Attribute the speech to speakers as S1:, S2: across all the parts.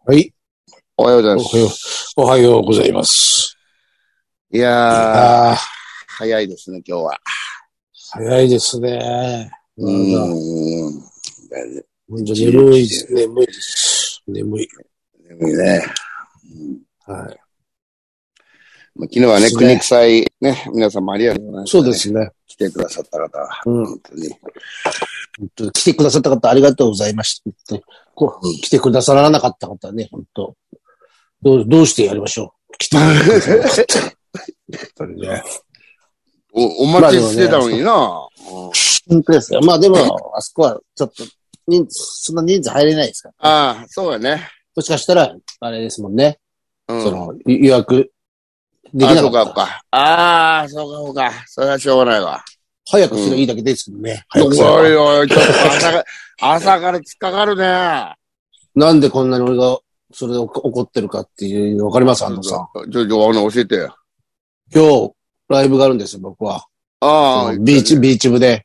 S1: はい。
S2: おはようございます。
S1: おはようございます。
S2: いやー、早いですね、今日は。
S1: 早いですね。
S2: 眠
S1: いです。眠いです。眠い。
S2: 眠いね。
S1: はい。
S2: 昨日はね、国臭いね、皆様ありがとうございました、ね。
S1: そうですね。
S2: 来てくださった方は、本当に。
S1: 来てくださった方ありがとうございました。来てくださらなかった方はね、本当どうしてやりましょう。来てくださらなかった。やっぱりね。
S2: お待ちしてたのにな。
S1: 本当ですよ。まあでも、あそこはちょっと、そんな人数入れないですから、
S2: ね。ああ、そうだね。
S1: もしかしたら、あれですもんね。
S2: そ
S1: の、予約できなかった。
S2: そうか。ああ、そうか。それはしょうがないわ。
S1: 早くすればいいだけですけどね。
S2: おい、ちょっと朝から突っかかるね。
S1: なんでこんなに俺が、それで怒ってるかっていうの分かります安藤さん。
S2: 教えてよ。
S1: 今日、ライブがあるんですよ、僕は。
S2: ああ、
S1: ビーチ部で。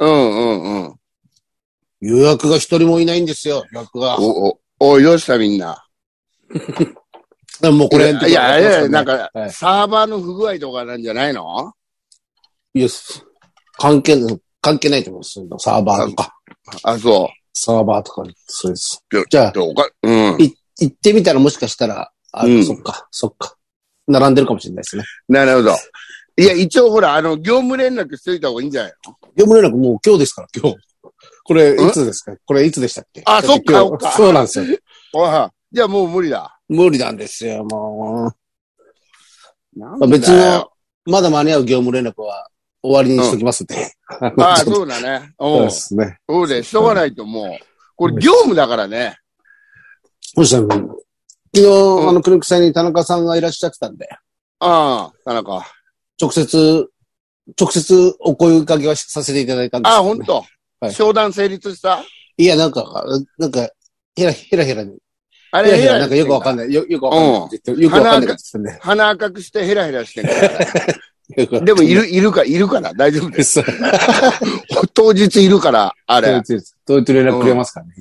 S1: 予約が一人もいないんですよ、予約が。
S2: おい、どうしたみんな。
S1: もうこれ、
S2: いや、なんか、サーバーの不具合とかなんじゃないの？
S1: いや、関係ないと思うんですよ、サーバーとか。
S2: あ、そう。
S1: サーバーとか、そうです。じゃあ、行ってみたらもしかしたら、そっか。並んでるかもしれないですね。
S2: なるほど。いや、一応ほら、業務連絡しといた方がいいんじゃないの？
S1: 業務連絡もう今日ですから、今日。これ、いつですか？これ、いつでしたっけ？
S2: あ、そっか。
S1: そうなんですよ。
S2: じゃあもう無理だ。
S1: 無理なんですよ、もう。別の、まだ間に合う業務連絡は終わりにしときますって。
S2: そうだね。
S1: そうですね。
S2: そうで、しょうがないと思う。これ業務だからね。
S1: そうしたら、昨日、クリックさんに田中さんがいらっしゃってたんで。
S2: ああ、田中。
S1: 直接お声掛けはさせていただいたんですけど、ね。
S2: 本当。はい。商談成立した？
S1: いや、なんか、ヘラヘラに。
S2: あれ、
S1: なんかよくわかんない。よくわかんない。よくわかんないですね。
S2: 鼻赤くしてヘラヘラしてるから。でもいるから大丈夫です。当日いるから、あれ。
S1: 当日連絡くれますからね。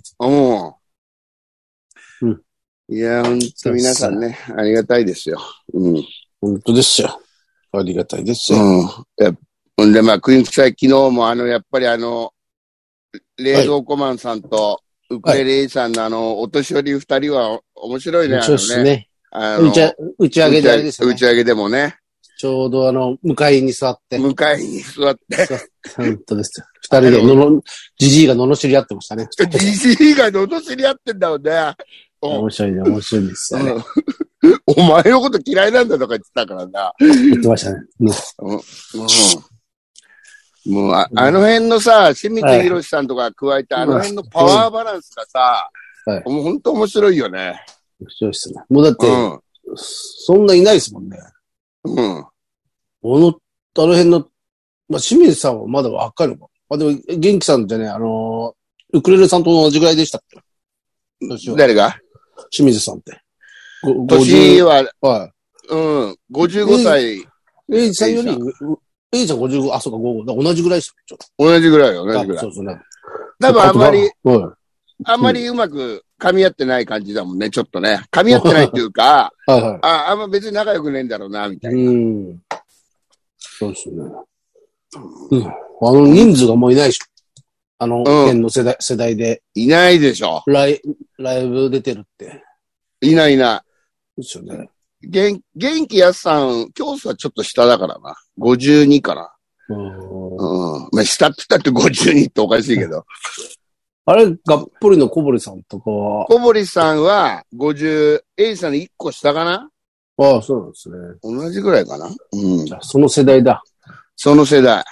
S2: いや、ほんと皆さんね、ありがたいですよ。
S1: 本当ですよ。ありがたいですよ。
S2: ほんで、クインクサイ昨日もやっぱり冷蔵庫マンさんと、ウクレレさんのお年寄り二人は面白いね、
S1: そうですね。打ち上げであれですよね。
S2: 打ち上げでもね。
S1: ちょうど向かいに座って。
S2: 向かいに座って。
S1: 本当ですよ。二人でじじいが罵り合ってましたね。
S2: じじいが罵り合ってんだもんね。
S1: 面白いですよね。
S2: お前のこと嫌いなんだとか言ってたからな。
S1: 言ってましたね。
S2: もう、あの辺のさ、清水宏さんとか加えて、あの辺のパワーバランスがさ、もう本当面白いよね。
S1: 面白いですね。もうだって、そんないないですもんね。あの辺の、清水さんはまだ若いのか。でも、元気さんじゃね、ウクレレさんと同じぐらいでしたっけ？
S2: 誰が？
S1: 清水さんって。
S2: 年は、55歳。
S1: エイジさんより、エイジさん55、そうか、同じぐらいですよ。
S2: 同じぐらい。
S1: そうですね。
S2: 多分あんまりうまく噛み合ってない感じだもんね、ちょっとね。噛み合ってないっていうか、あんま別に仲良くねえんだろうな、みたいな。
S1: そうですね。人数がもういないでしょ。辺の世代で。
S2: いないでしょ。
S1: ライブ出てるって。
S2: いない。
S1: ですよね。
S2: 元気やすさん、今日はちょっと下だからな。52かな。下って言ったって52っておかしいけど。
S1: あれ、がっぽりの小堀さんとかは。
S2: 小堀さんは50、A さんの1個下かな？
S1: そうなんですね。
S2: 同じぐらいかな？
S1: その世代だ。
S2: その世代。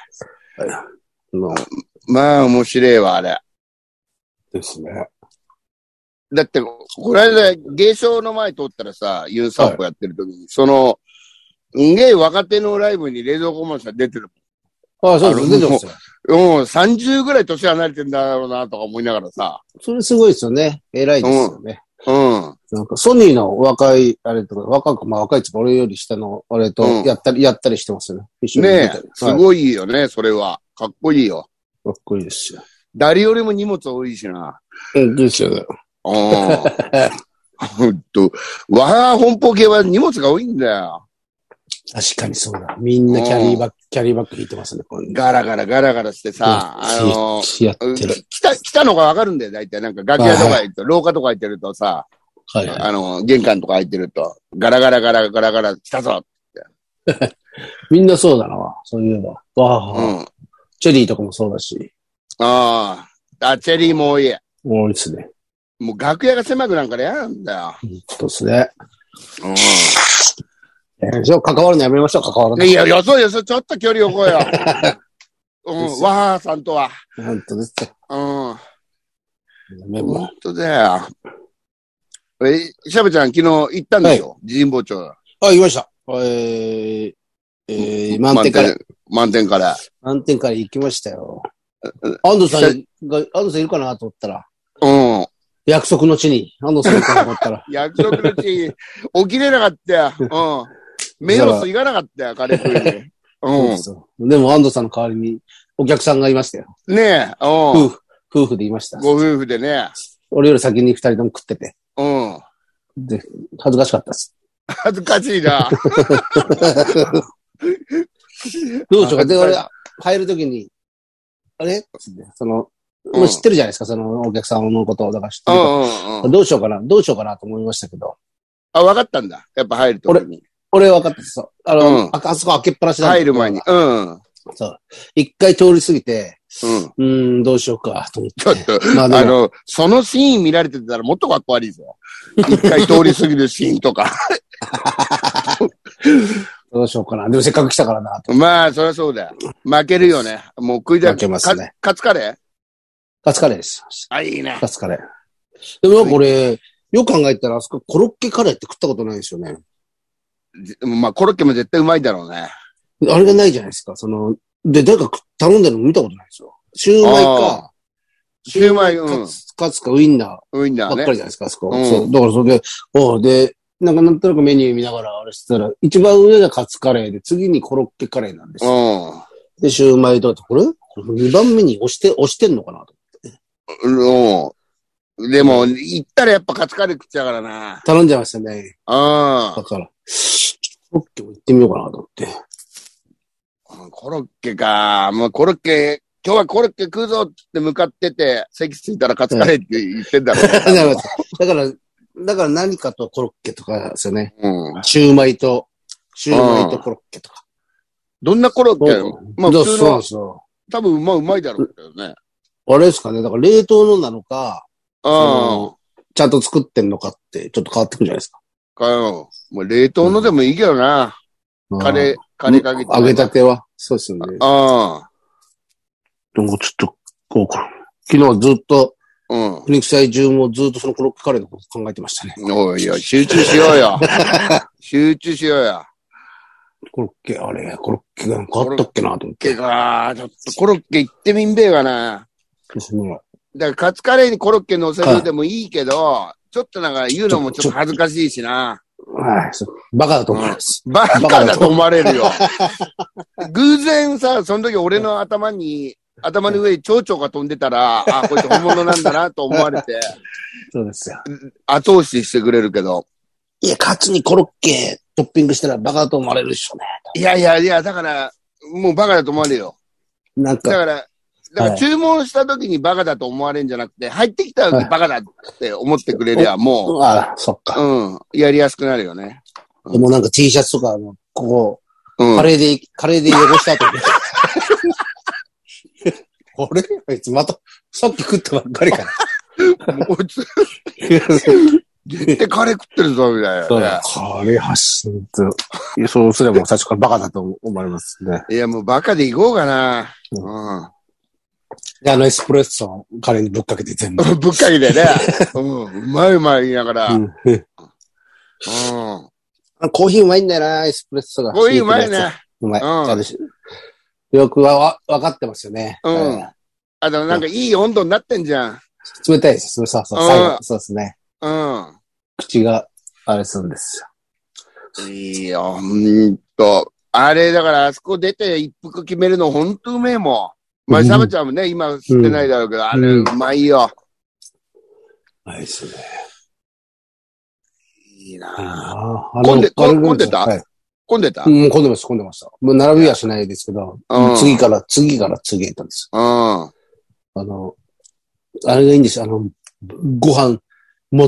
S2: まあ、面白いわ、あれ。
S1: ですね。
S2: だって、この間、芸商の前通ったらさ、ユン散歩やってる時に、すげえ若手のライブに冷蔵庫マンさん出てる。
S1: そうです、出てますよ。
S2: 30ぐらい年離れてんだろうな、とか思いながらさ。
S1: それすごいですよね。偉いですよね。なんかソニーの若い、あれとか、若いつか俺より下の、あれとやったりしてますよね。
S2: ねえ、すごいよね、それは。かっこいいよ。
S1: かっこいいですよ。
S2: 誰よりも荷物多いしな。
S1: ですよね。
S2: ほんと、我が本邦系は荷物が多いんだよ。
S1: 確かにそうだ。みんなキャリーバッグ引いてますね、これ。
S2: ガラガラしてさ、
S1: やってる。
S2: 来たのがわかるんだよ、大体。なんか楽屋とか行って、廊下とか行ってるとさ、玄関とか入ってると、ガラガラ来たぞって。
S1: みんなそうだな、そういえば。チェリーとかもそうだし。
S2: チェリーも多い。
S1: 多いですね。
S2: もう楽屋が狭くなんか嫌なんだよ。
S1: そうですね。関わるのやめましょう、関わるの。
S2: いや、よそ、ちょっと距離を置こうよ。わーさんとは。
S1: 本当ですよ。
S2: 本当だよ。シャブちゃん昨日行ったんでしょ、神保町。
S1: 行きました。満点から。
S2: 満点から
S1: 行きましたよ。安藤さんいるかなと思ったら。約束の地に、安藤さんいるかなと思ったら。
S2: 約束の地に、起きれなかったよ。メロス行かなかったよ、彼食いに。
S1: でも安藤さんの代わりにお客さんがいましたよ。
S2: ねえ、
S1: 夫婦でいました。
S2: ご夫婦でね。
S1: 俺より先に二人とも食ってて。で、恥ずかしかったです。
S2: 恥ずかしいな。
S1: どうしようか。で、俺、入るときに、あれもう知ってるじゃないですか、そのお客さんのことを。だから知ってるから。どうしようかなと思いましたけど。
S2: 分かったんだ。やっぱ入るときに。
S1: 俺分かったです。あそこ開けっぱなしだ。
S2: 入る前に。
S1: そう。一回通り過ぎて、どうしようか、と思って。
S2: ちょっと、そのシーン見られてたらもっとかっこ悪いぞ。一回通り過ぎるシーンとか。
S1: どうしようかな。でもせっかく来たからな。
S2: まあ、そりゃそうだよ。負けるよね。もう食いだけ。
S1: 負けますね。
S2: カツカレー
S1: です。
S2: いいね。
S1: カツカレー。でもなんか俺、よく考えたら、あそこコロッケカレーって食ったことないんですよね。
S2: まあ、コロッケも絶対うまいだろうね。
S1: あれがないじゃないですか。誰か頼んでるの見たことないですよ。シューマイか。
S2: シューマイ、
S1: カツかウインナー。ばっかりじゃないですか、あそこ。そう。だからそれで、なんとなくメニュー見ながらあれしてたら、一番上がカツカレーで、次にコロッケカレーなんですよ。で、シューマイとか、これ ?2 番目に押してんのかなと
S2: 思って。でも、行ったらやっぱカツカレー食っちゃうからな。
S1: 頼んじゃいましたね。だから、コロッケも行ってみようかなと思って。
S2: コロッケか。もうコロッケ、今日はコロッケ食うぞって向かってて、席着いたらカツカレーって言ってんだろう、
S1: ね。だから何かとコロッケとかですよね。シューマイとコロッケとか。
S2: どんなコロッケ？まあ普通の、
S1: 多
S2: 分うまいだろうけどね。
S1: あれですかね。だから冷凍のなのか、ちゃんと作ってんのかってちょっと変わってくるじゃないですか。
S2: もう冷凍のでもいいけどな。カレーかけて。
S1: 揚げたては。そうですよね。でもちょっと、昨日はずっと、国際中もずっとそのコロッケカレーのこと考えてましたね。
S2: いや、集中しようよ。集中しようよ。
S1: コロッケがなんかあったっけなと思って。
S2: ちょっとコロッケ行ってみんべえがな。
S1: ですね。
S2: だからカツカレーにコロッケ乗せるでもいいけど、ちょっとなんか言うのもちょっと恥ずかしいしな。
S1: バカだと思います。
S2: バカだと思われるよ。偶然さ、その時俺の頭の上に蝶々が飛んでたら、こいつ本物なんだなと思われて。
S1: そうですよ。
S2: 後押ししてくれるけど。
S1: いや、カツにコロッケトッピングしたらバカだと思われるでしょうね。
S2: いや、だから、もうバカだと思われるよ。だから注文した時にバカだと思われるんじゃなくて、入ってきた時バカだって思ってくれりゃ、もう。
S1: そっか。
S2: やりやすくなるよね。
S1: でもなんか T シャツとか、ここ、カレーで汚した後に。あれあいつまた、さっき食ったばっかりかな。
S2: もう絶対カレー食ってるぞ、みたいな、ね。
S1: カレー発信と。そうすれば最初からバカだと思われますね。
S2: いや、もうバカでいこうかな。
S1: で、エスプレッソのカレーにぶっかけて全部。
S2: ぶっかけてね。うまい言いながら。
S1: コーヒーうまいんだよな、エスプレッソが。
S2: コーヒーうまいね。
S1: うまい。よくわかってますよね。
S2: なんかいい温度になってんじゃん。
S1: 冷たいです。そう、最後。そうですね。口が、あれするんです
S2: よ。いいよ、あれ、だからあそこ出て一服決めるのほんとうめえもん。まあ、サバちゃんもね、今知ってないだろうけど、あれうまいよ。
S1: うまいですね。
S2: いいなぁ。混んでた、はい、混んでた
S1: 混んでました。もう並びはしないですけど、次から次へ行ったんです。あれがいいんです。ご飯持って、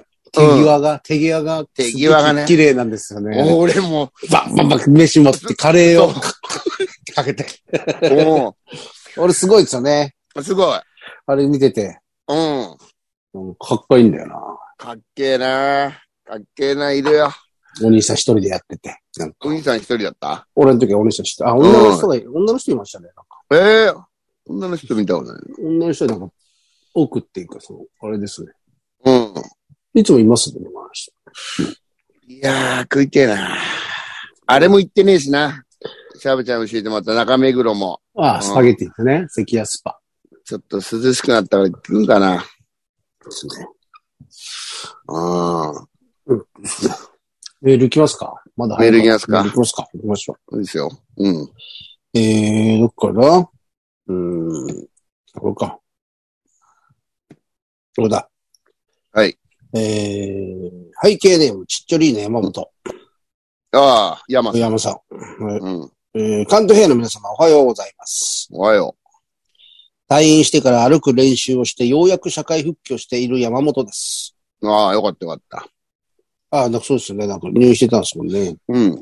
S1: 手際がね、綺麗なんですよね。
S2: 俺も、
S1: バン飯持ってカレーをかけて。俺すごいですよね。
S2: すごい。
S1: あれ見てて。かっこいいんだよな。
S2: かっけえな、いるよ。
S1: お兄さん一人でやってて。
S2: お兄さん一人だった？
S1: 俺の時はお兄さん一人。女の人いましたね。
S2: 女の人見たことない。
S1: 女の人なんか、奥っていうか、あれですね。いつもいますね、
S2: いやー、食いてえな。あれも行ってねえしな。シャブちゃん教えてもらった中目黒も。
S1: スパゲティですね。関谷スパ。
S2: ちょっと涼しくなったから行ってくるかな。ですね。
S1: メール来ますか？まだ
S2: メール来ますか？
S1: 行きますか？行きましょう。
S2: そうですよ。
S1: どっからだ？これか。これだ。
S2: はい。
S1: 背景ネーム、ちっちょりーの山本。
S2: 山
S1: さん。関東平野の皆様、おはようございます。
S2: おはよ
S1: う。退院してから歩く練習をして、ようやく社会復帰をしている山本です。
S2: よかった。
S1: そうですね。なんか入院してたんですもんね。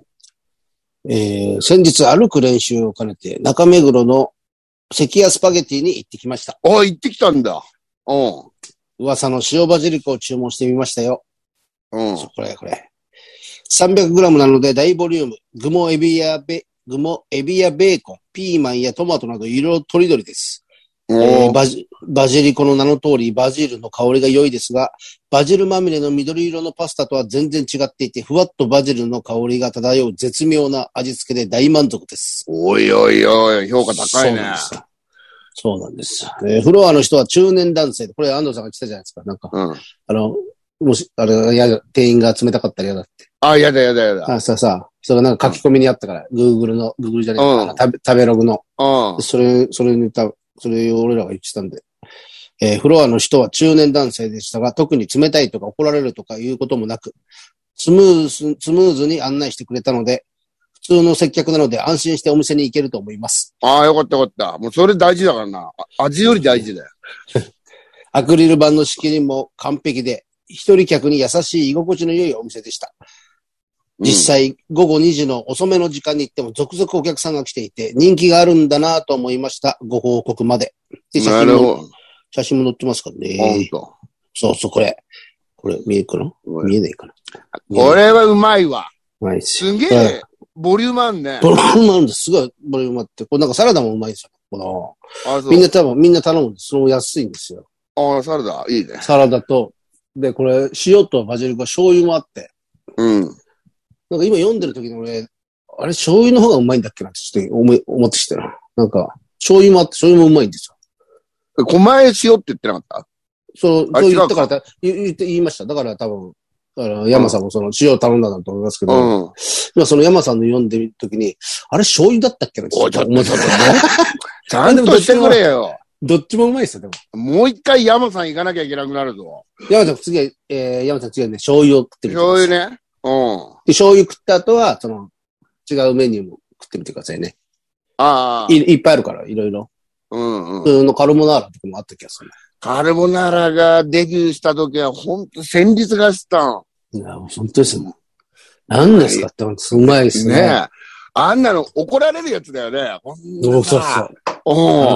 S1: 先日歩く練習を兼ねて、中目黒の関谷スパゲティに行ってきました。
S2: 行ってきたんだ。
S1: 噂の塩バジリコを注文してみましたよ。これ。300g なので大ボリューム。具もエビやベーコン、ピーマンやトマトなど色とりどりです。バジリコの名の通りバジルの香りが良いですが、バジルまみれの緑色のパスタとは全然違っていて、ふわっとバジルの香りが漂う絶妙な味付けで大満足です。
S2: おい、評価高いね。
S1: そうなんです。フロアの人は中年男性で、これ安藤さんが言ってたじゃないですか。なんか、もし、店員が冷たかったら嫌だって。
S2: やだ。
S1: それなんか書き込みにあったから、Google じゃないかな、食べログの。それを俺らが言ってたんで。フロアの人は中年男性でしたが、特に冷たいとか怒られるとかいうこともなく、スムーズに案内してくれたので、普通の接客なので安心してお店に行けると思います。
S2: よかった。もうそれ大事だからな。味より大事だよ。
S1: アクリル板の仕切りも完璧で、一人客に優しい居心地の良いお店でした。実際、午後2時の遅めの時間に行っても続々お客さんが来ていて、人気があるんだなと思いました。ご報告まで。で、写真も載ってますからね。そう、これ見えるかな？見えないかな？
S2: これはうまいわ。
S1: す
S2: げえ、ボリュームあるね。
S1: ボリュームあるんです。すごいボリュームあって。これなんかサラダもうまいですよ。みんな頼むんです。その安いんですよ。
S2: サラダ、いいね。
S1: サラダと、で、これ、塩とバジルが醤油もあって。なんか今読んでる時に俺、あれ醤油の方がうまいんだっけなってちょっと思ってきたな。なんか、醤油もあって、醤油もうまいんです
S2: よ。狛江塩って言ってなかった？
S1: そう言ったから言いました。だから多分、山さんもその塩頼んだんだと思いますけど、今その山さんの読んでみるときに、あれ醤油だったっけなって思ったんだよね。
S2: ちゃんとしてくれよ。
S1: どっちもうまいですよ、で
S2: も。もう一回山さん行かなきゃいけなくなるぞ。
S1: 山さん次は、山さん次はね、醤油を食ってみてください。
S2: 醤油ね。
S1: で、醤油食った後は、違うメニューも食ってみてくださいね。いっぱいあるから、いろいろ。普通のカルボナーラとかもあった気がする。
S2: カルボナーラがデビューした時は、ほんと戦慄がしたん。
S1: いや、本当ですよ。何ですかって、うまいですね。
S2: あんなの怒られるやつだよね。
S1: そう。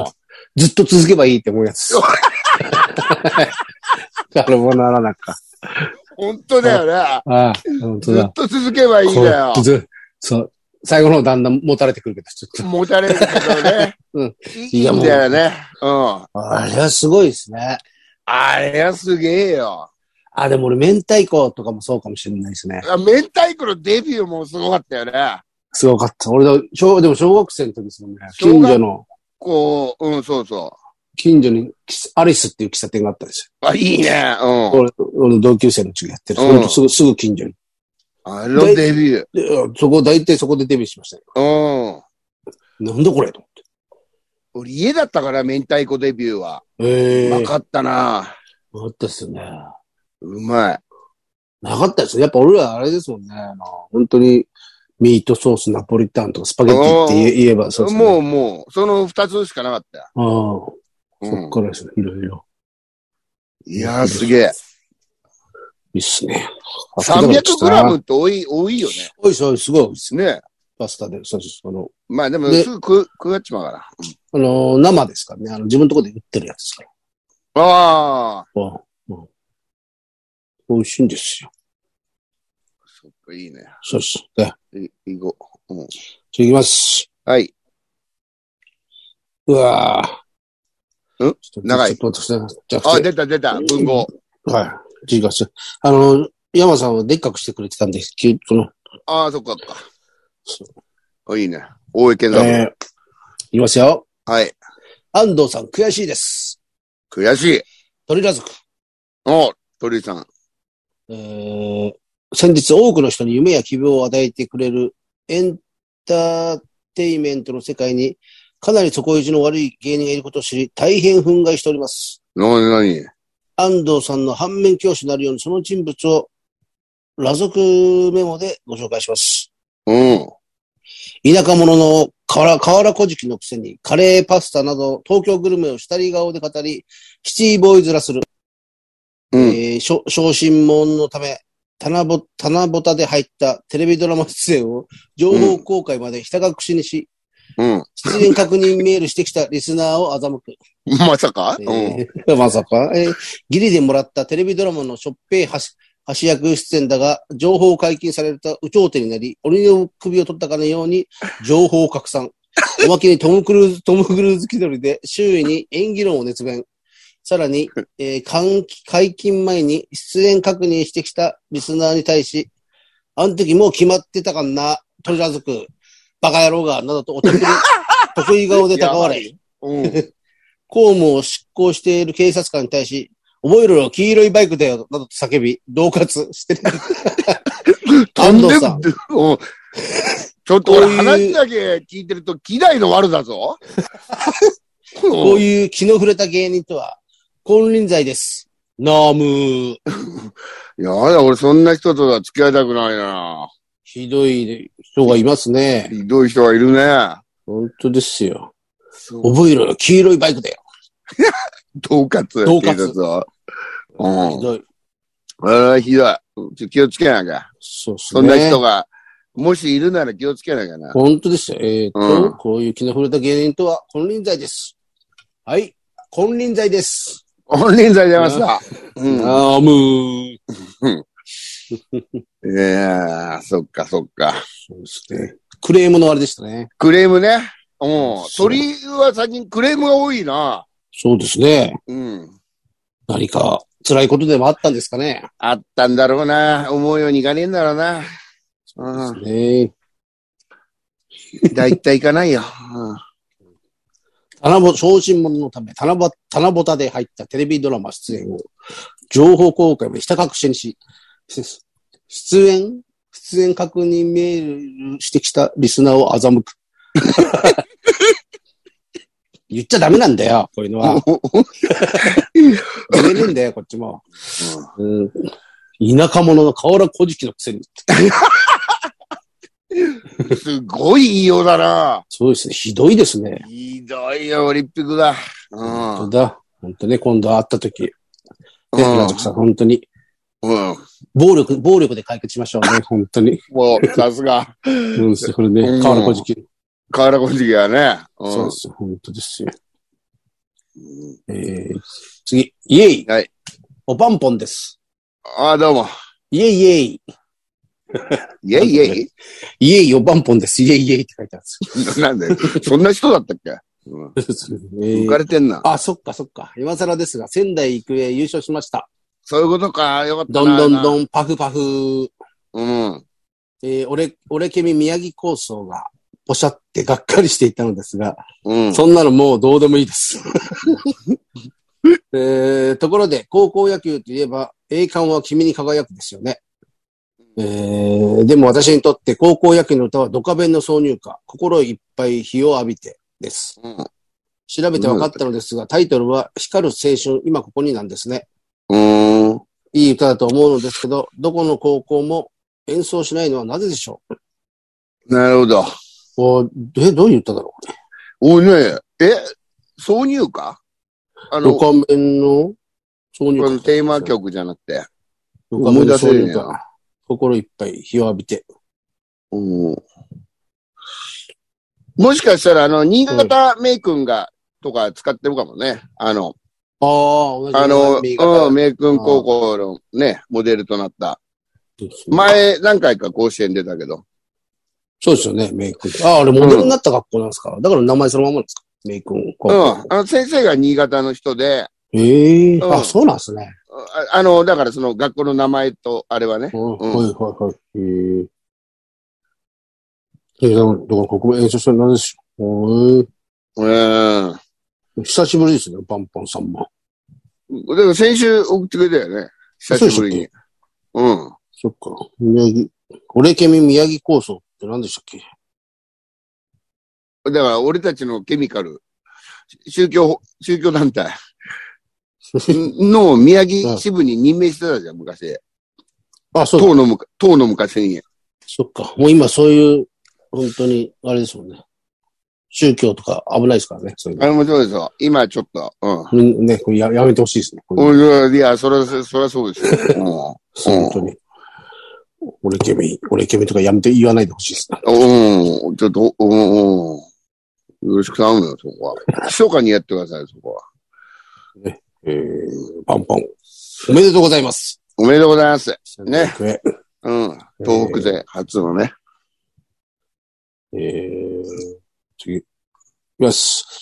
S1: ずっと続けばいいって思うやつ。カルボナーラなんか。
S2: 本当だよね。
S1: 本当だ。
S2: ずっと続けばいいんだよ。
S1: そう。最後の方だんだん持たれてくるけど、ちょっと。
S2: 持たれるけどね。いいんだよね。
S1: あれはすごいですね。
S2: あれはすげえよ。
S1: でも俺、明太子とかもそうかもしれないですね。
S2: 明太子のデビューもすごかったよね。
S1: すごかった。俺でも小学生の時ですもんね。近所の。
S2: そう。
S1: 近所にアリスっていう喫茶店があったんです
S2: よ。いいね。
S1: 俺の同級生のうちがやってる。すぐ近所に。
S2: あのデビュ
S1: ー。大体そこでデビューしましたよ。なんだこれと思って。
S2: 俺家だったから明太子デビューは。うまかったな。
S1: うまかったっすよね。
S2: うまい。
S1: なかったですね。やっぱ俺らあれですもんね。本当に、ミートソース、ナポリタンとかスパゲッティって言えばそうですね。
S2: もう、その2つしかなかったよ。
S1: そっからですね、いろいろ。
S2: いやー、すげえ。
S1: いいっすね。
S2: 300グラムって多いよね。
S1: 多いです、すごい多いです。
S2: ね。
S1: パスタで、そうです。
S2: まあでも、すぐ食っちまうから。
S1: 生ですからね。自分のところで売ってるやつですから。
S2: ああ。
S1: 美味しいんですよ。
S2: そっか、いいね。
S1: そうです。
S2: いこう。
S1: いきます。
S2: はい。
S1: うわ
S2: ぁ。長い。出た。文豪。
S1: はい。違う。山さんはでっかくしてくれてたんです。
S2: ああ、そっか。いいね。大江健三郎。
S1: いきますよ。
S2: はい。
S1: 安藤さん、悔しいです。
S2: 悔しい。
S1: 鳥らずく。
S2: 鳥さん。
S1: 先日多くの人に夢や希望を与えてくれるエンターテイメントの世界にかなり底意地の悪い芸人がいることを知り、大変憤慨しております。
S2: 何
S1: 安藤さんの反面教師になるようにその人物を裸族メモでご紹介します。田舎者の河原小敷のくせにカレーパスタなど東京グルメを下り顔で語り、シティボーイズらする。小心者のため、棚ぼたで入ったテレビドラマ出演を情報公開までひた隠しにし、出演確認メールしてきたリスナーを欺く。
S2: まさか
S1: まさか、ギリでもらったテレビドラマのしょっぺい橋役出演だが、情報解禁されると有頂天になり、鬼の首を取ったかのように情報拡散。おまけにトム・クルーズ気取りで周囲に演技論を熱弁。さらに、解禁前に出演確認してきたリスナーに対し、あの時もう決まってたかんな、鳥らずく、バカ野郎が、などと得意顔で高笑い。公務を執行している警察官に対し、覚えろよ、黄色いバイクだよ、などと叫び、恫喝してる。安藤さん。
S2: ちょっと俺話だけ聞いてると、嫌いの悪だぞ。
S1: こういう気の触れた芸人とは、金輪際です。い
S2: やだ、俺そんな人とは付き合いたくないな。
S1: ひどい人がいますね。
S2: ひどい人がいるね。
S1: 本当ですよ。覚えろよ、黄色いバイクだよ。
S2: 恫喝。
S1: 恫喝。
S2: ひど
S1: い。
S2: ひどい。気をつけなきゃ。
S1: そうですね。
S2: そんな人が、もしいるなら気をつけなきゃな。
S1: 本当ですよ。こういう気の触れた芸人とは金輪際です。はい。金輪際です。
S2: 金輪際出ました。いやー、そっか。そう
S1: ですね。クレームのあれでしたね。
S2: クレームね。鳥は最近クレームが多いな。
S1: そうですね。何か辛いことでもあったんですかね。
S2: あったんだろうな。思うようにいかねえんだろうな。
S1: そうですね。
S2: だいたいいかないよ。
S1: 小心者のため、棚ぼたで入ったテレビドラマ出演を、情報公開までひた隠しにし、出演確認メールしてきたリスナーを欺く。言っちゃダメなんだよ、こういうのは。言えねえんだよ、こっちも。田舎者の河原小敷のくせに。
S2: すごい言いようだな。
S1: そうですね。ひどいですね。
S2: ひどいよ、オリンピックだ。
S1: 本当だ。本当ね、今度会った時。平崎さん、本当に。暴力で解決しましょうね、本当に。
S2: もう、さすが。
S1: そうですよ、これね、河原小敷。
S2: 河原小敷はね。
S1: そうですよ、本当ですよ。次、イエイ。
S2: はい。
S1: おパンポンです。
S2: どうも。
S1: イエイイエイ。
S2: イエイイエイ
S1: イエイおパンポンです。イエイイエイって書いてあるんです
S2: よ。なんでそんな人だったっけ浮かれてんな。
S1: そっか。今更ですが、仙台育英優勝しました。
S2: そういうことか。よかったな。
S1: どん、パフパフ。俺ケミ宮城構想が、ポシャってがっかりしていたのですが、そんなのもうどうでもいいです。ところで、高校野球といえば、栄冠は君に輝くですよね。でも私にとって高校野球の歌はドカベンの挿入歌、心いっぱい日を浴びてです。調べて分かったのですが、タイトルは光る青春今ここになんですね。 いい歌だと思うのですけど、どこの高校も演奏しないのはなぜでしょ
S2: う。なるほど。
S1: どういう歌だろ
S2: う。おいね、挿入歌
S1: ドカメンの挿入歌。
S2: テーマ曲じゃなくて。
S1: 思い出せるね。心いっぱい日を浴びて。
S2: もしかしたら、新潟メイ君とか使ってるかもね。メイ君高校のね、モデルとなった。前、何回か甲子園出たけど。
S1: そうですよね、メイ君。あれモデルになった学校なんですか。だから名前そのままですか、メイ君高校。
S2: 先生が新潟の人で。
S1: そうなんですね。
S2: だからその学校の名前と、あれはね。
S1: だからここ演奏したら何でしょう。久しぶりですね、パンパンさんも。
S2: だから先週送ってくれたよね。久しぶりに。
S1: そっか。俺ケミ宮城構想って何でしたっけ？
S2: だから俺たちのケミカル、宗教団体の宮城支部に任命してたじゃん、昔。そうだ。党の昔に。
S1: そっか。もう今そういう、本当に、あれですもんね。宗教とか危ないですからね。
S2: そうですよ。今ちょっと。
S1: ね、これやめてほしいですね。
S2: いや、そらそうですよ。
S1: 本当に。俺ケミとかやめて言わないでほしいですね。
S2: ちょっと、よろしく頼むよ、そこは。密かにやってください、そこは。
S1: ね、パンパン。おめでとうございます。
S2: おめでとうございます。ね。東北勢初のね。
S1: 次。いきます。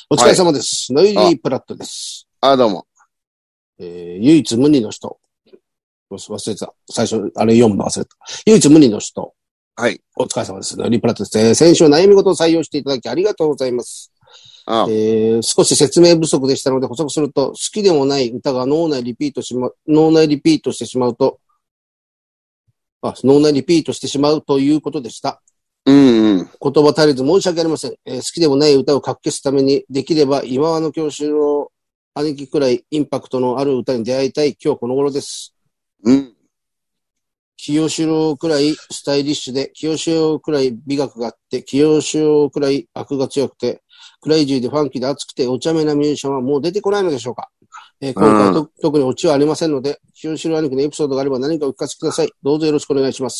S1: お疲れ様です。ノイリー・プラットです。
S2: どうも。
S1: 唯一無二の人。忘れてた。最初、あれ読むの忘れた。唯一無二の人。
S2: はい。
S1: お疲れ様です。ノイリー・プラットです。先週悩み事を採用していただきありがとうございます。少し説明不足でしたので補足すると、好きでもない歌が脳内リピートしてしまうということでした。言葉足りず申し訳ありません。好きでもない歌をかき消すために、できれば今和の教師の兄貴くらいインパクトのある歌に出会いたい今日この頃です。清志郎くらいスタイリッシュで、清志郎くらい美学があって、清志郎くらい悪が強くて、クライジーでファンキーで熱くてお茶目なミュージシャンはもう出てこないのでしょうか。今回特にオチはありませんので、清志郎兄貴のエピソードがあれば何かお聞かせください。どうぞよろしくお願いします。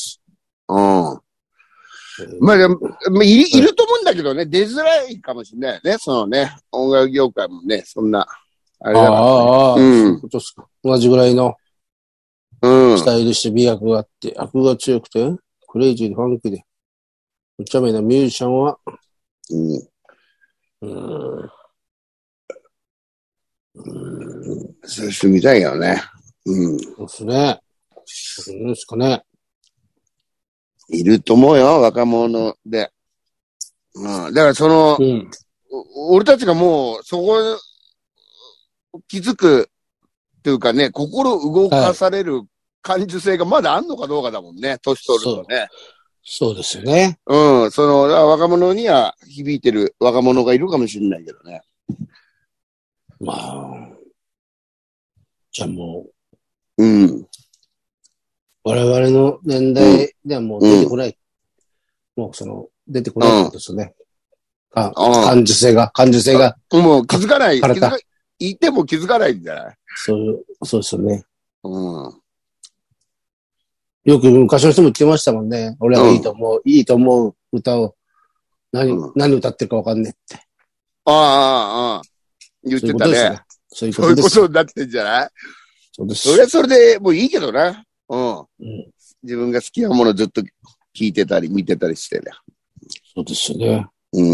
S2: まあ、いると思うんだけどね、出づらいかもしれないね。そのね、音楽業界もね、そんな、あれだからね。
S1: そういうことですか。同じぐらいの、スタイリッシュ美学があって、悪が強くて、クレイジーでファンキーで、お茶目なミュージシャンは、
S2: そういう人見たいよね。
S1: そうですね。そうですかね。
S2: いると思うよ、若者で。だからその、俺たちがもう、そこ、気づく、っていうかね、心動かされる感受性がまだあんのかどうかだもんね、年取るとね。
S1: そうですよね。
S2: その、若者には響いてる若者がいるかもしれないけどね。
S1: まあ、じゃあも
S2: う、
S1: 我々の年代ではもう出てこない。もう出てこないことですよね。感受性が。
S2: もう気づかない。いても気づかないんじゃない？
S1: そうですよね。よく昔の人も言ってましたもんね。俺はいいと思う歌を、何歌ってるかわかんねえって。
S2: 言ってたね。
S1: そういう
S2: ことになってんじゃない？
S1: そうです。
S2: それはそれでもういいけどな。自分が好きなものをずっと聞いてたり見てたりしてね。
S1: そうですよね。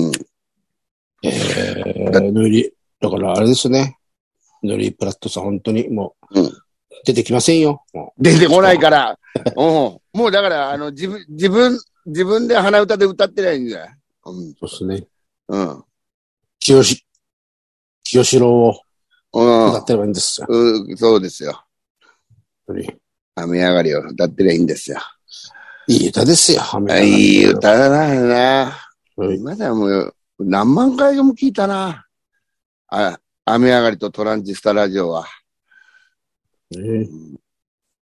S1: だからあれですね。ノリープラットさん本当にもう、出てきませんよ。
S2: 出てこないから。もうだから、自分で鼻歌で歌ってないんだよ。
S1: そうですね。清志郎を歌ってればいいんですよ。
S2: そうですよ。雨上がりを歌ってればいいんですよ。
S1: いい歌ですよ、
S2: 雨上がり。いい歌だな。今ではもう何万回も聞いたな。雨上がりとトランジスタラジオは。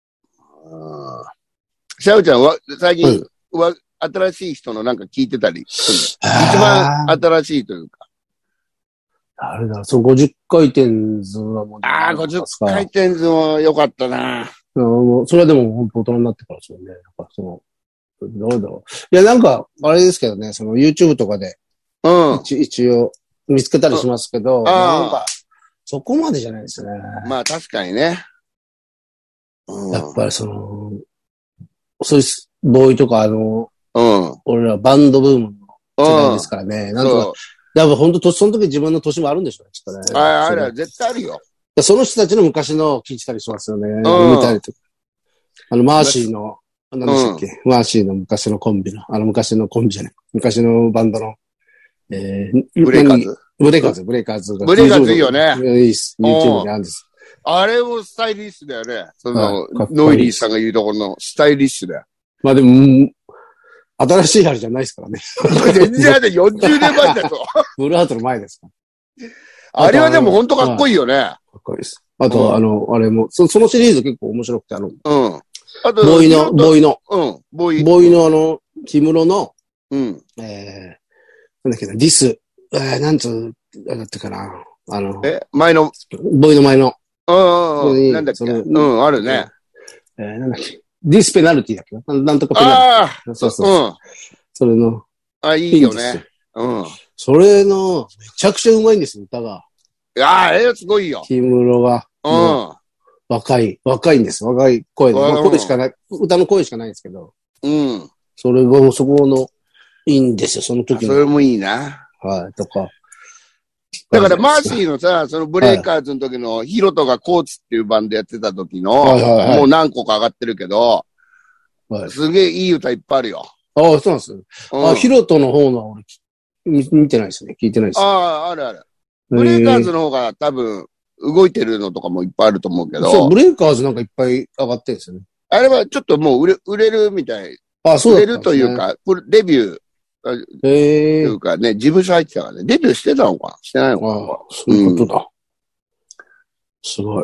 S2: シャウちゃんは最近、新しい人のなんか聞いてたりする。一番新しいというか。
S1: あれだ、そう、50回転図はもう。
S2: 50回転図も良かったな。
S1: それはでも本当大人になってからですよね。なんかどうだろう。いや、なんか、あれですけどね、YouTube とかで、一応見つけたりしますけど、なんか、そこまでじゃないですね。
S2: まあ確かにね。
S1: やっぱりそういう、ボーイとか俺らバンドブームの世代ですからね。なんとか、やっぱ本当その時自分の年もあるんでしょうね、きっとね。
S2: あれ、絶対あるよ。
S1: その人たちの昔の聞いてたりしますよね。見たりとか。マーシーの、何でしたっけ、マーシーの昔のコンビの、昔のコンビじゃない。昔のバンドの、
S2: ブレイカーズ。
S1: ブレイカーズいいよね。いいっす。YouTube にあるんです。
S2: あれもスタイリッシュだよね。ノイリーさんが言うところのスタイリッシュだよ。
S1: まあでも、新しいあれじゃないですからね。
S2: 全然あれ40年前だと。
S1: ブルーハートの前ですか。
S2: あれはでも本当かっこいいよね。
S1: かっこいいです。あと、あれも、そのシリーズ結構面白くて、あと、
S2: ボ
S1: ーイの、
S2: ボーイの、
S1: 氷室の、なんだっけな、ディス、なんつう、だったかな。
S2: 前の。
S1: ボーイの前の。
S2: なんだっけ。あるね。
S1: なんだっけ。ディスペナルティだっけなんとかペナルティ。そう。それの。
S2: いいよね。
S1: それの、めちゃくちゃうまいんですよ、歌が。
S2: すごいよ。
S1: 氷室が。若いんです。若い声で。声しかない、歌の声しかないんですけど。それが、そこの、いいんですよ、その時の。
S2: それもいいな。
S1: はい、とか。
S2: だから、マーシーのさ、そのブレイカーズの時の、ヒロトがコーツっていうバンドやってた時の、もう何個か上がってるけど、すげえいい歌いっぱいあるよ。
S1: そうなんですよ。ヒロトの方の俺、見てないですね。聞いてないです。
S2: ある。ブレイカーズの方が多分、動いてるのとかもいっぱいあると思うけど。
S1: そう、ブレイカーズなんかいっぱい上がってるんですよね。
S2: あれはちょっともう売れるみたい。
S1: そうだ
S2: 売れるというか、デビュー。というかね、事務所入ってたからね。デビューしてたのかなしてないのかな
S1: そういうことだ。すごい。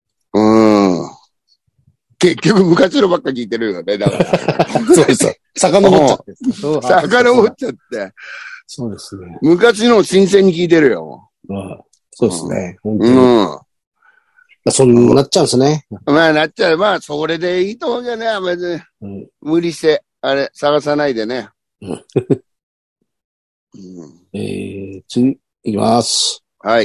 S2: 結局昔のばっか聞いてるよね、だから。
S1: そうです。遡っちゃって。
S2: 遡っちゃって。
S1: そうですね。
S2: 昔の新鮮に聞いてるよ。
S1: そうですね。本当に。そうなっちゃうんですね。
S2: なっちゃう。それでいいと思うけどね、別に。無理して、探さないでね。
S1: 次、いきます。
S2: はい。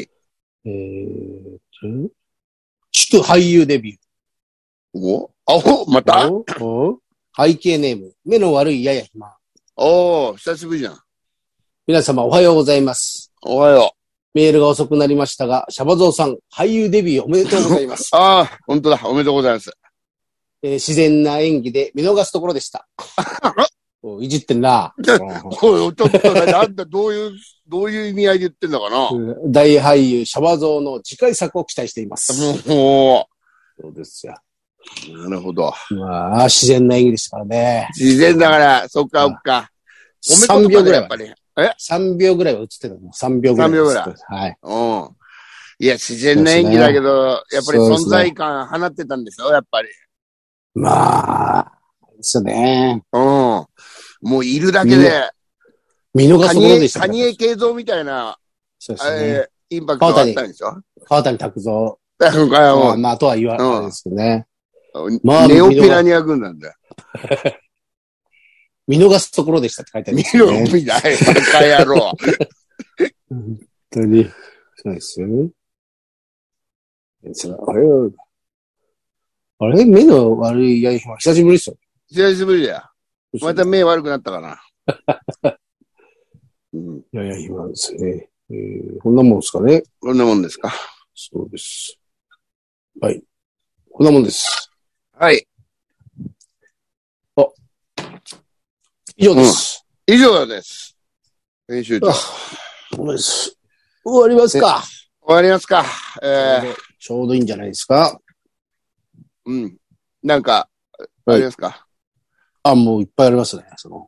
S1: 祝俳優デビュ
S2: ー。また
S1: 背景ネーム、目の悪いやや暇。
S2: 久しぶりじゃん。
S1: 皆様おはようございます。
S2: おはよう。
S1: メールが遅くなりましたが、シャバゾウさん、俳優デビューおめでとうございます。
S2: 本当だ。おめでとうございます。
S1: 自然な演技で見逃すところでした。いじってんな。
S2: ちょっとなんだ、どういう意味合いで言ってんだかな。
S1: 大俳優、シャバゾウの次回作を期待しています。そうですよ。
S2: なるほど。
S1: 自然な演技でしたからね。
S2: 自然だから、そっか。
S1: 3秒ぐらいは。3秒ぐらいは映ってたの。3秒ぐらい。3秒ぐらい。はい。
S2: いや、自然な演技だけど、やっぱり存在感放ってたんでしょ、やっぱり。
S1: ですね。
S2: もういるだけで。
S1: 見逃すものでした。
S2: 谷江慶三みたいな、インパクトがあったんでしょ。
S1: 川谷拓三。とは言わないですけどね。
S2: ネオピラニア軍なんだよ。
S1: 見逃すところでしたって書いてあるんですよね。
S2: 見ない、バカ野郎。
S1: 本当に。そうですよね。あれ目の悪いやいは久しぶりですよ。
S2: 久しぶりだよ。また目悪くなったかな。
S1: やや暇ですね。こんなもんですかね。
S2: こんなもんですか。
S1: そうです。はい。こんなもんです。
S2: はい。
S1: 以上です。
S2: 以上です。編集長。
S1: 終わりますか。
S2: 終わりますか。
S1: ちょうどいいんじゃないですか。
S2: なんか、ありますか。
S1: もういっぱいありますね。こ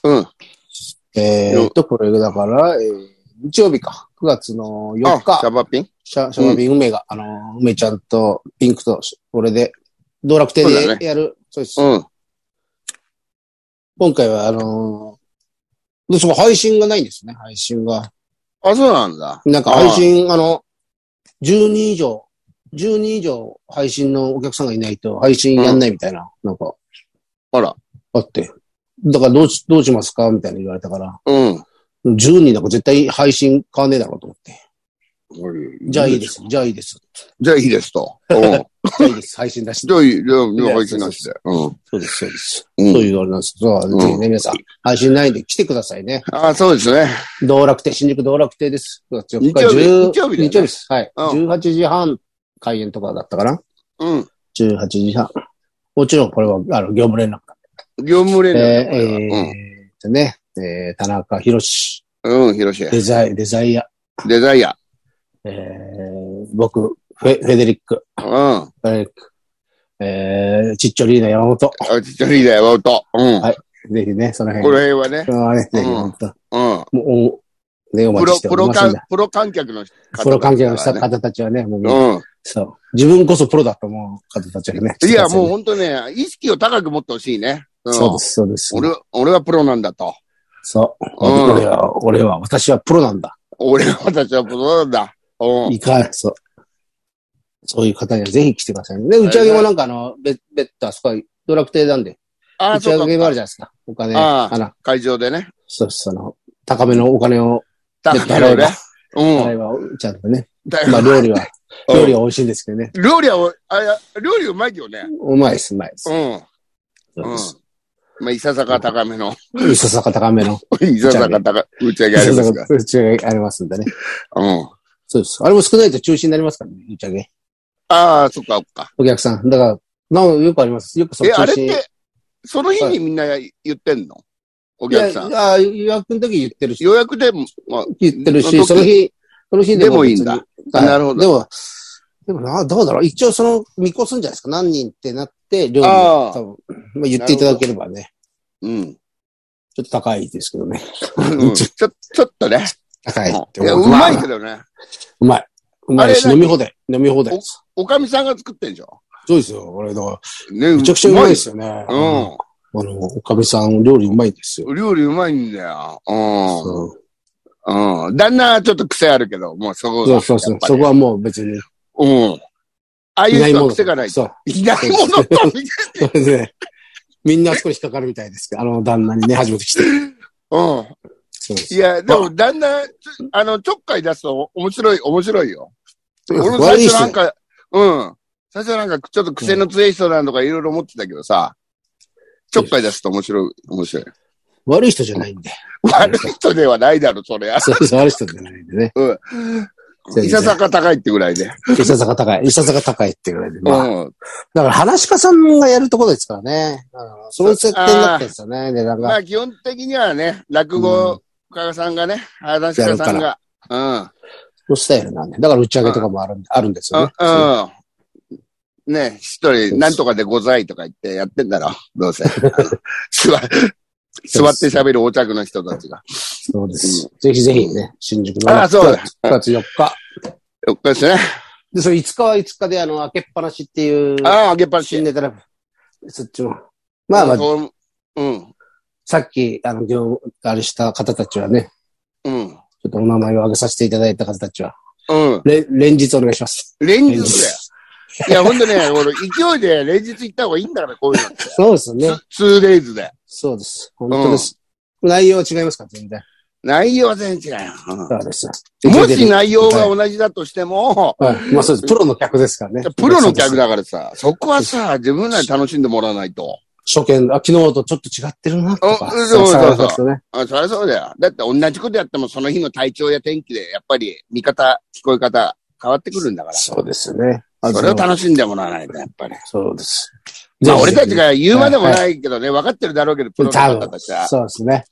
S1: れだから、日曜日か。9月の4日。
S2: シャバピン
S1: シャバピン梅が、梅ちゃんとピンクと、これで、道楽亭でやる、 そうです。うん。今回は、どうしても配信がないんですね、配信が。
S2: あ、そうなんだ。
S1: なんか配信、10人以上配信のお客さんがいないと配信やんないみたいな、なんか。
S2: あら。
S1: あって。だからどうしますかみたいな言われたから。
S2: うん。
S1: 10人なんか絶対配信変わんねえだろうと思って。じゃあいいです。じゃあいいです。
S2: じゃあいいですと。
S1: じゃあいいです。配信出して。
S2: じゃあいい、配信出して。
S1: そうです、そうです。そういうあれなんです。そう、ぜひね、皆さん、配信ないんで来てくださいね。
S2: あ、そうですね。
S1: 新宿道楽亭です。
S2: 日曜日
S1: です。はい。18時半開演とかだったかな。
S2: うん。
S1: 18時半。もちろんこれは、業務連絡。
S2: 業務連絡。
S1: ね、田中博士。
S2: うん、博士。
S1: デザイア。僕、フェデリック。フェデリック。ちっちょリーダー山本。
S2: ちっちょリーダー山本。
S1: はい。ぜひね、その辺。
S2: この辺はね。
S1: ぜひ、本当。もう、ね、お待ちしておりますんで。
S2: プロ観客の
S1: 方たちはね、もう、そう。自分こそプロだと思う方たちはね。
S2: いや、もう本当ね、意識を高く持ってほしいね。
S1: そうです、そうです。
S2: 俺はプロなんだと。
S1: そう。私はプロなんだ。
S2: 私はプロなんだ。
S1: そういう方にはぜひ来てくださいね。で、打ち上げもなんか別途あそこは道楽亭なんで。打ち上げもあるじゃないですか。お金。
S2: 会場でね。
S1: そうです、高めのお金を。
S2: 高めのね。
S1: 払えば、ちゃんとね。まあ、料理は美味しいんですけどね。
S2: 料理うまいよね。
S1: うまいです。
S2: そうです。まあ、いささか高めの。
S1: いささか高めの。
S2: 打ち上げありますか。
S1: 打ち上げありますんでね。そうです。あれも少ないと中止になりますからね、打ち上げ。
S2: ああ、そっか。
S1: お客さん。だから、よくあります。よくそっち
S2: あれって、その日にみんな言ってんのお客さん。
S1: 予約の時言ってるし。
S2: 予約でも、
S1: 言ってるし、その日でも
S2: いいんだ。なるほど。
S1: でもどうだろう。一応見越すんじゃないですか。何人ってなって、料理多分、言っていただければね。ちょっと高いですけどね。
S2: ちょっとね。
S1: 高いって
S2: 思う。うまいけどね。
S1: うまいし、飲み放題。
S2: おかみさんが作ってんじゃん。
S1: そうですよ。俺だから。めちゃくちゃうまいですよね。おかみさん、料理うまいですよ。
S2: 料理うまいんだよ。旦那はちょっと癖あるけど、もうそこが。
S1: そう。そこはもう別に。
S2: ああいう人は癖がない。いないものと見て
S1: て。みんなあそこに引っかかるみたいですけど、旦那にね、初めて来て。い
S2: や、でも旦那、ちょっかい出すと面白いよ。俺も最初なんか、ちょっと癖の強い人なのとかいろいろ思ってたけどさ、ちょっかい出すと面白い。
S1: 悪い人じゃないんで。
S2: 悪い人ではないだろ、それは。
S1: そう悪い人じゃないんでね。
S2: いささか高いってぐらいで。
S1: いささか高いってぐらいで。だから、話し家さんがやるところですからね。その設定になってるんですよね、値段が。
S2: まあ、基本的にはね、落語家さんがね、話し家さんが。
S1: のスタイルなんで。だから打ち上げとかもあるんですよね。
S2: ね、一人、なんとかでございとか言ってやってんだろ、どうせ。座って喋るお茶の人たちが。
S1: そうです。ぜひぜひね、新宿の9月4日。
S2: 4日ですね。
S1: で、それ5日は5日で開けっぱなしっていう。
S2: 開けっぱなし。
S1: 新ネタライブ。そっちも。まあ、さっき、あれした方たちはね。ちょっとお名前を挙げさせていただいた方たちは。連日お願いします。
S2: 連日だよ。いや、ほんとね、勢いで連日行った方がいいんだから、こういうのって。
S1: そうですね。
S2: 2days で。
S1: そうです。本当です。内容は違いますか、全然。
S2: 内容は全然違うよ。
S1: そうです。
S2: もし内容が同じだとしても、
S1: まあそうです。プロの客ですからね。
S2: プロの客だからさ、そこはさ、自分らで楽しんでもらわないと。
S1: 初見、昨日とちょっと違ってるな、とか。
S2: そう。そりゃそうだよ。だって同じことやってもその日の体調や天気で、やっぱり見方、聞こえ方、変わってくるんだから。
S1: そうですね。
S2: それを楽しんでもらわないと、やっぱり。
S1: そうです。
S2: まあ俺たちが言うまでもないけどね、分かってるだろうけど、プロの方たちは。
S1: そうですね。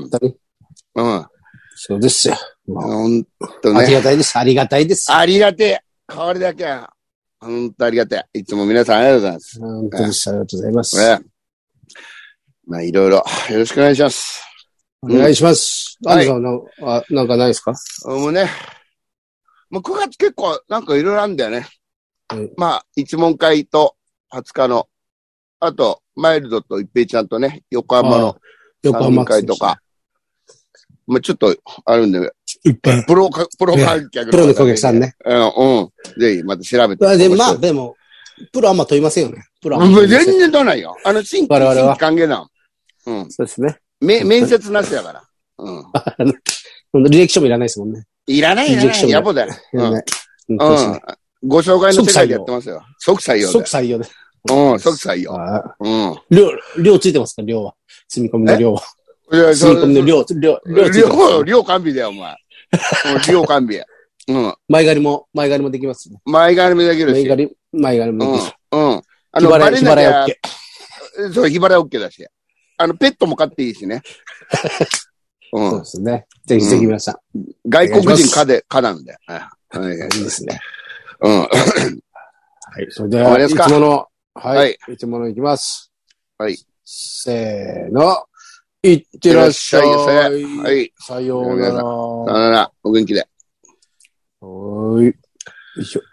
S1: そうですよ。
S2: 本当ね。
S1: ありがたいです。ありがたいです。
S2: ありがてえ。変わりだけは、本当ありがてえ。いつも皆さんありがとうございます。
S1: 本当です。ありがとうございます。
S2: まあいろいろ、よろしくお願いします。
S1: お願いします。アンさん、なんかないですか？
S2: もうね。もう9月結構なんかいろいろあるんだよね。まあ、一問会と20日の、あと、 マイルドと一平ちゃんとね、横浜の
S1: 横浜
S2: 会とか、まあちょっとあるんで、
S1: いっぱい。
S2: プロ観客
S1: プロの顧客さんね。
S2: うん。ぜひまた調べて。
S1: でも、プロあんま問いませんよね。プロ
S2: 全然問わないよ。新規歓迎なの。うん。
S1: そうですね。
S2: 面接なしだから。うん。
S1: 履歴書もいらないですもんね。
S2: いらない。野暮だよ。うん。ご紹介の世界でやってますよ。即採用で。
S1: 即採用で。
S2: うん、即採用。うん。
S1: 量ついてますか量は。積み込みの量は。積み込みの
S2: 量完備だよ、お前。量完備や。うん。
S1: 前借りもできますね。
S2: 前借りもできるし。
S1: 前借りもできる。
S2: うん。
S1: 日払い
S2: OK。そう、日払い OK だし。ペットも飼っていいしね。
S1: そうですね。ぜひぜひ皆さん。
S2: 外国人科なんで。
S1: いいですね。
S2: うん。
S1: はい。それでは、いつもの、はい。いつものいきます。
S2: はい。
S1: せーの。いってらっしゃい。
S2: はい。
S1: さようなら。さよ
S2: うなら。お元気で。
S1: はい。よいしょ。